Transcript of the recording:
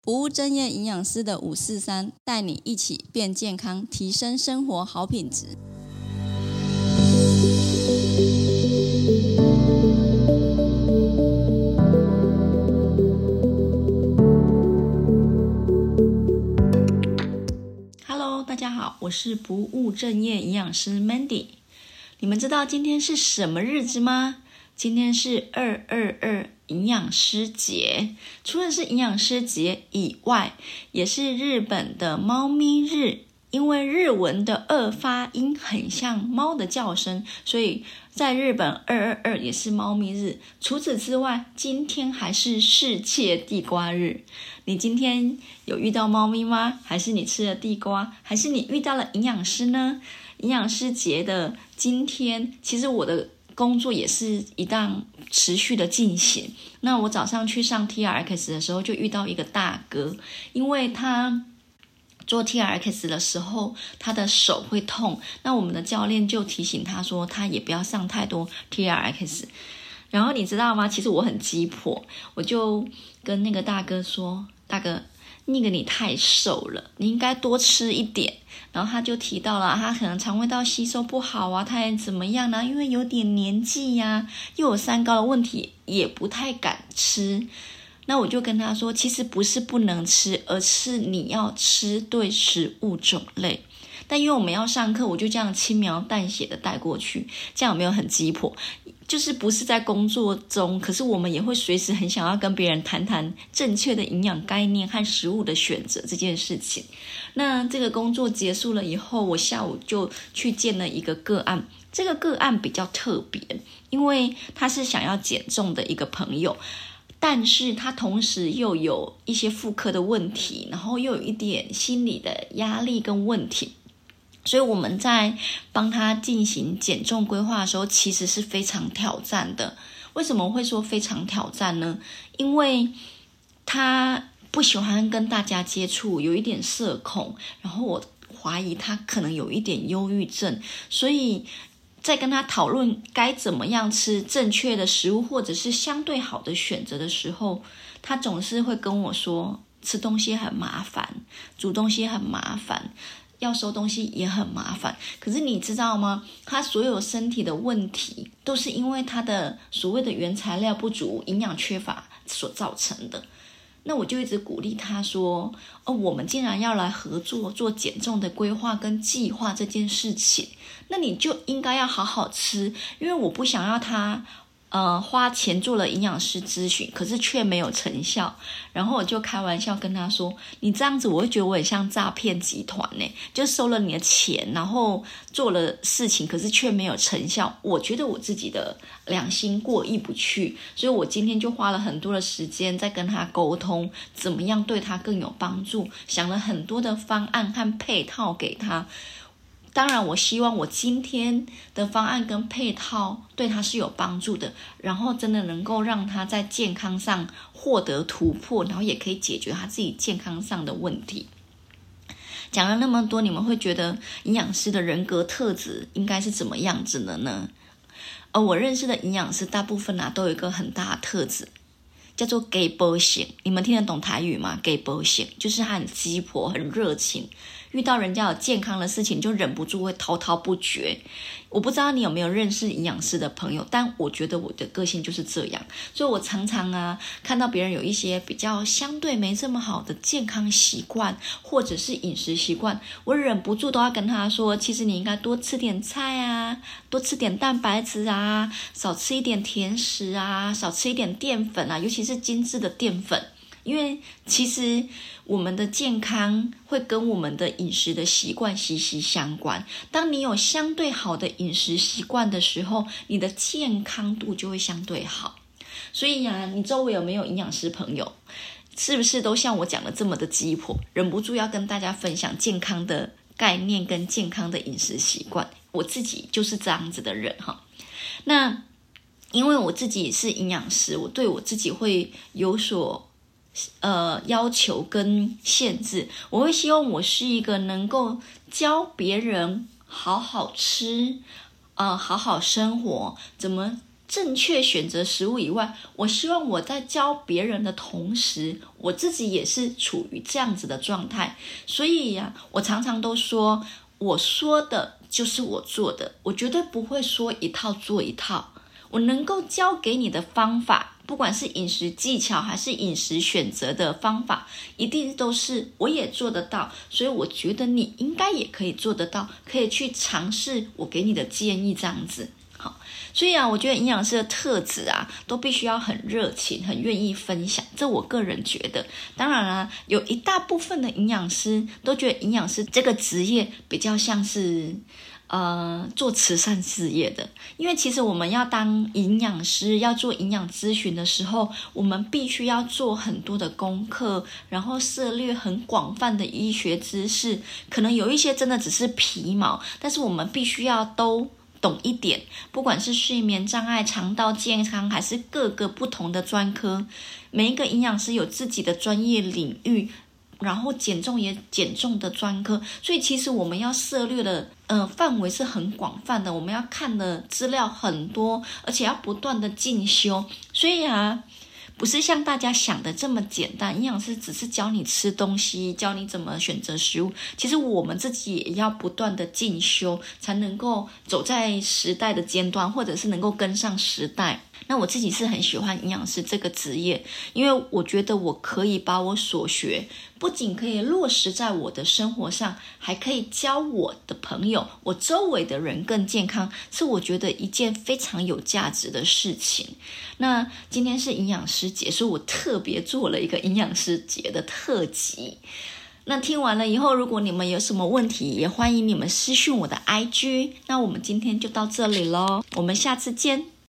不务正业营养师的543，带你一起变健康，提升生活好品质。Hello， 大家好，我是不务正业营养师 Mandy。你们知道今天是什么日子吗？今天是222营养师节。除了是营养师节以外，也是日本的猫咪日。因为日文的2发音很像猫的叫声，所以在日本222也是猫咪日。除此之外，今天还是世界地瓜日。你今天有遇到猫咪吗？还是你吃了地瓜？还是你遇到了营养师呢？营养师节的今天，其实我的工作也是一档持续的进行。那我早上去上 TRX 的时候，就遇到一个大哥，因为他做 TRX 的时候，他的手会痛，那我们的教练就提醒他说，他也不要上太多 TRX。然后你知道吗？其实我很鸡婆，我就跟那个大哥说，大哥，那个你太瘦了，你应该多吃一点。然后他就提到了，他可能肠胃道吸收不好啊，他也怎么样呢？因为有点年纪呀，又有三高的问题，也不太敢吃。那我就跟他说，其实不是不能吃，而是你要吃对食物种类。但因为我们要上课，我就这样轻描淡写的带过去，这样有没有很鸡婆？就是不是在工作中，可是我们也会随时很想要跟别人谈谈正确的营养概念和食物的选择这件事情。那这个工作结束了以后，我下午就去见了一个个案。这个个案比较特别，因为他是想要减重的一个朋友，但是他同时又有一些妇科的问题，然后又有一点心理的压力跟问题。所以我们在帮他进行减重规划的时候，其实是非常挑战的。为什么会说非常挑战呢？因为他不喜欢跟大家接触，有一点社恐，然后我怀疑他可能有一点忧郁症，所以在跟他讨论该怎么样吃正确的食物，或者是相对好的选择的时候，他总是会跟我说，吃东西很麻烦，煮东西很麻烦，要收东西也很麻烦。可是你知道吗？他所有身体的问题都是因为他的所谓的原材料不足、营养缺乏所造成的。那我就一直鼓励他说，我们既然要来合作做减重的规划跟计划这件事情，那你就应该要好好吃，因为我不想要他花钱做了营养师咨询，可是却没有成效。然后我就开玩笑跟他说，你这样子我会觉得我很像诈骗集团呢，就收了你的钱，然后做了事情，可是却没有成效。我觉得我自己的良心过意不去，所以我今天就花了很多的时间在跟他沟通，怎么样对他更有帮助，想了很多的方案和配套给他。当然我希望我今天的方案跟配套对他是有帮助的，然后真的能够让他在健康上获得突破，然后也可以解决他自己健康上的问题。讲了那么多，你们会觉得营养师的人格特质应该是怎么样子的呢？我认识的营养师大部分都有一个很大的特质，叫做鸡婆型。你们听得懂台语吗？鸡婆型就是他很鸡婆，很热情，遇到人家有健康的事情就忍不住会滔滔不绝。我不知道你有没有认识营养师的朋友，但我觉得我的个性就是这样，所以我常常看到别人有一些比较相对没这么好的健康习惯或者是饮食习惯，我忍不住都要跟他说，其实你应该多吃点菜啊，多吃点蛋白质啊，少吃一点甜食啊，少吃一点淀粉啊，尤其是精致的淀粉。因为其实我们的健康会跟我们的饮食的习惯息息相关。当你有相对好的饮食习惯的时候，你的健康度就会相对好。所以你周围有没有营养师朋友？是不是都像我讲的这么的鸡婆，忍不住要跟大家分享健康的概念跟健康的饮食习惯？我自己就是这样子的人哈。那因为我自己也是营养师，我对我自己会有所要求跟限制。我会希望我是一个能够教别人好好吃好好生活，怎么正确选择食物以外，我希望我在教别人的同时，我自己也是处于这样子的状态。所以呀，我常常都说，我说的就是我做的，我绝对不会说一套做一套。我能够教给你的方法，不管是饮食技巧还是饮食选择的方法，一定都是我也做得到，所以我觉得你应该也可以做得到，可以去尝试我给你的建议这样子。好，所以我觉得营养师的特质都必须要很热情，很愿意分享，这我个人觉得。当然有一大部分的营养师都觉得营养师这个职业比较像是做慈善事业的，因为其实我们要当营养师，要做营养咨询的时候，我们必须要做很多的功课，然后涉猎很广泛的医学知识，可能有一些真的只是皮毛，但是我们必须要都懂一点，不管是睡眠障碍、肠道健康，还是各个不同的专科，每一个营养师有自己的专业领域，然后减重也减重的专科，所以其实我们要涉猎的范围是很广泛的，我们要看的资料很多，而且要不断的进修，所以不是像大家想的这么简单，营养师只是教你吃东西，教你怎么选择食物，其实我们自己也要不断的进修，才能够走在时代的尖端，或者是能够跟上时代。那我自己是很喜欢营养师这个职业，因为我觉得我可以把我所学不仅可以落实在我的生活上，还可以教我的朋友，我周围的人更健康，是我觉得一件非常有价值的事情。那今天是营养师节，所以我特别做了一个营养师节的特辑。那听完了以后，如果你们有什么问题，也欢迎你们私讯我的 IG。那我们今天就到这里咯，我们下次见。